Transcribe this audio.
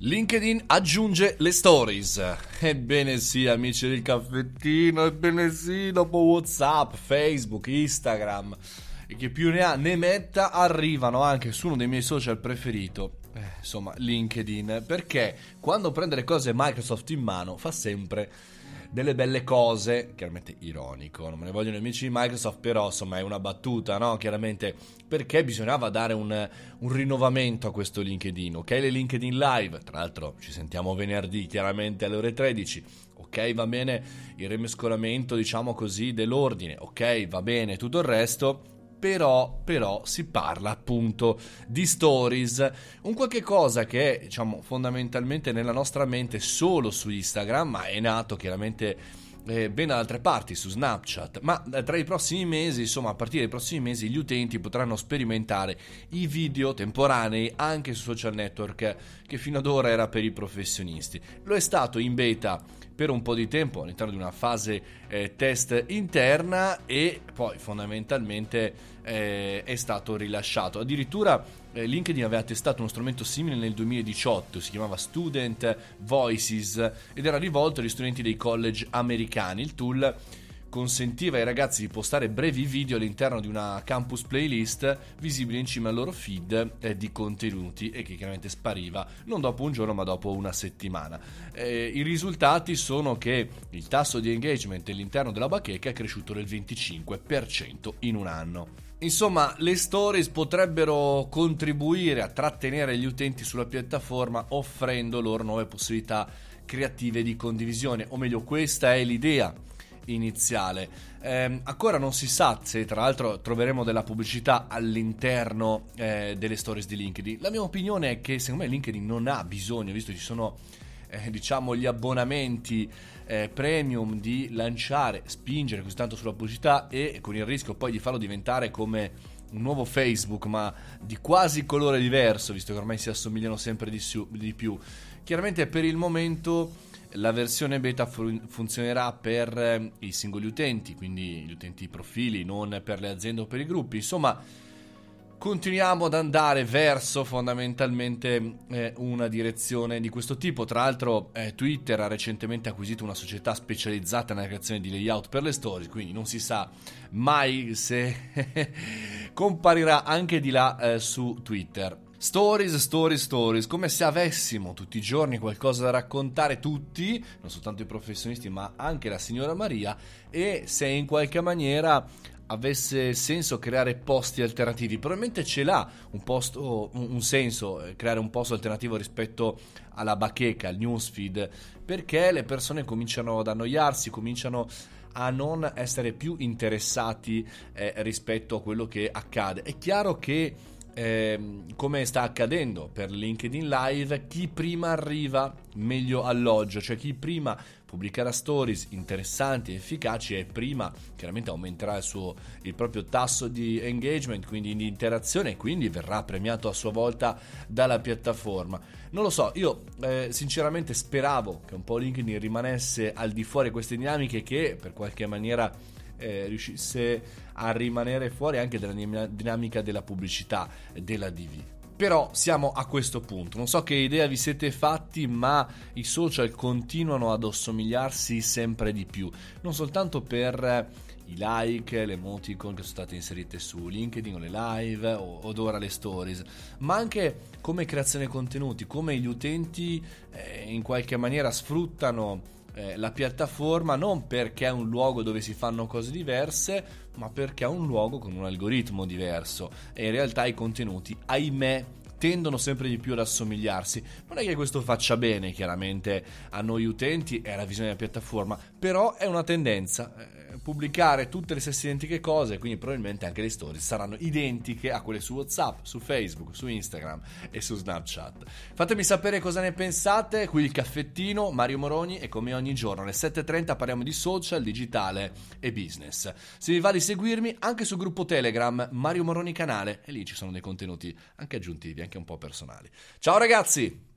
LinkedIn aggiunge le stories. Ebbene sì, amici del caffettino, ebbene sì, dopo WhatsApp, Facebook, Instagram e che più ne ha ne metta, arrivano anche su uno dei miei social preferito, insomma LinkedIn, perché quando prende le cose Microsoft in mano fa sempre delle belle cose, chiaramente ironico, non me ne vogliono gli amici di Microsoft, però insomma è una battuta, no? Chiaramente perché bisognava dare un rinnovamento a questo LinkedIn, ok? Le LinkedIn Live, tra l'altro ci sentiamo venerdì chiaramente alle ore 13, ok, va bene il rimescolamento, diciamo così, dell'ordine, ok, va bene tutto il resto. Però si parla appunto di stories, un qualche cosa che è, diciamo, fondamentalmente nella nostra mente solo su Instagram, ma è nato chiaramente ben da altre parti, su Snapchat. Ma tra i prossimi mesi, insomma a partire dai prossimi mesi, gli utenti potranno sperimentare i video temporanei anche su social network, che fino ad ora era per i professionisti. Lo è stato in beta per un po' di tempo all'interno di una fase test interna, e poi fondamentalmente è stato rilasciato. Addirittura LinkedIn aveva testato uno strumento simile nel 2018, si chiamava Student Voices ed era rivolto agli studenti dei college americani. Il tool consentiva ai ragazzi di postare brevi video all'interno di una campus playlist visibile in cima al loro feed di contenuti, e che chiaramente spariva non dopo un giorno ma dopo una settimana. I risultati sono che il tasso di engagement all'interno della bacheca è cresciuto del 25% in un anno. Insomma, le stories potrebbero contribuire a trattenere gli utenti sulla piattaforma, offrendo loro nuove possibilità creative di condivisione, o meglio, questa è l'idea iniziale. Ancora non si sa se tra l'altro troveremo della pubblicità all'interno delle stories di LinkedIn. La mia opinione è che secondo me LinkedIn non ha bisogno, visto che ci sono diciamo gli abbonamenti premium, di lanciare, spingere così tanto sulla pubblicità, e con il rischio poi di farlo diventare come un nuovo Facebook, ma di quasi colore diverso, visto che ormai si assomigliano sempre di più. Chiaramente per il momento la versione beta funzionerà per i singoli utenti, quindi gli utenti profili, non per le aziende o per i gruppi. Insomma, continuiamo ad andare verso fondamentalmente una direzione di questo tipo. Tra l'altro Twitter ha recentemente acquisito una società specializzata nella creazione di layout per le stories, quindi non si sa mai se comparirà anche di là su Twitter. Stories, come se avessimo tutti i giorni qualcosa da raccontare tutti, non soltanto i professionisti ma anche la signora Maria, e se in qualche maniera avesse senso creare posti alternativi. Probabilmente ce l'ha un senso creare un posto alternativo rispetto alla bacheca, al newsfeed, perché le persone cominciano ad annoiarsi, cominciano a non essere più interessati rispetto a quello che accade. È chiaro che come sta accadendo per LinkedIn Live, chi prima arriva meglio alloggia, cioè chi prima pubblicherà stories interessanti e efficaci e prima chiaramente aumenterà il proprio tasso di engagement, quindi di interazione, e quindi verrà premiato a sua volta dalla piattaforma. Non lo so, io sinceramente speravo che un po' LinkedIn rimanesse al di fuori di queste dinamiche, che per qualche maniera riuscisse a rimanere fuori anche dalla dinamica della pubblicità, della DV. Però siamo a questo punto, non so che idea vi siete fatti, ma i social continuano ad assomigliarsi sempre di più, non soltanto per i like, le emoticon che sono state inserite su LinkedIn, o le live od ora le stories, ma anche come creazione contenuti, come gli utenti in qualche maniera sfruttano la piattaforma, non perché è un luogo dove si fanno cose diverse, ma perché è un luogo con un algoritmo diverso, e in realtà i contenuti, ahimè, tendono sempre di più ad assomigliarsi. Non è che questo faccia bene chiaramente a noi utenti e alla visione della piattaforma, però è una tendenza pubblicare tutte le stesse identiche cose, quindi probabilmente anche le stories saranno identiche a quelle su WhatsApp, su Facebook, su Instagram e su Snapchat. Fatemi sapere cosa ne pensate. Qui il caffettino, Mario Moroni, e come ogni giorno alle 7:30 parliamo di social, digitale e business. Se vi va di seguirmi anche sul gruppo Telegram Mario Moroni Canale, e lì ci sono dei contenuti anche aggiuntivi, anche un po' personali. Ciao ragazzi!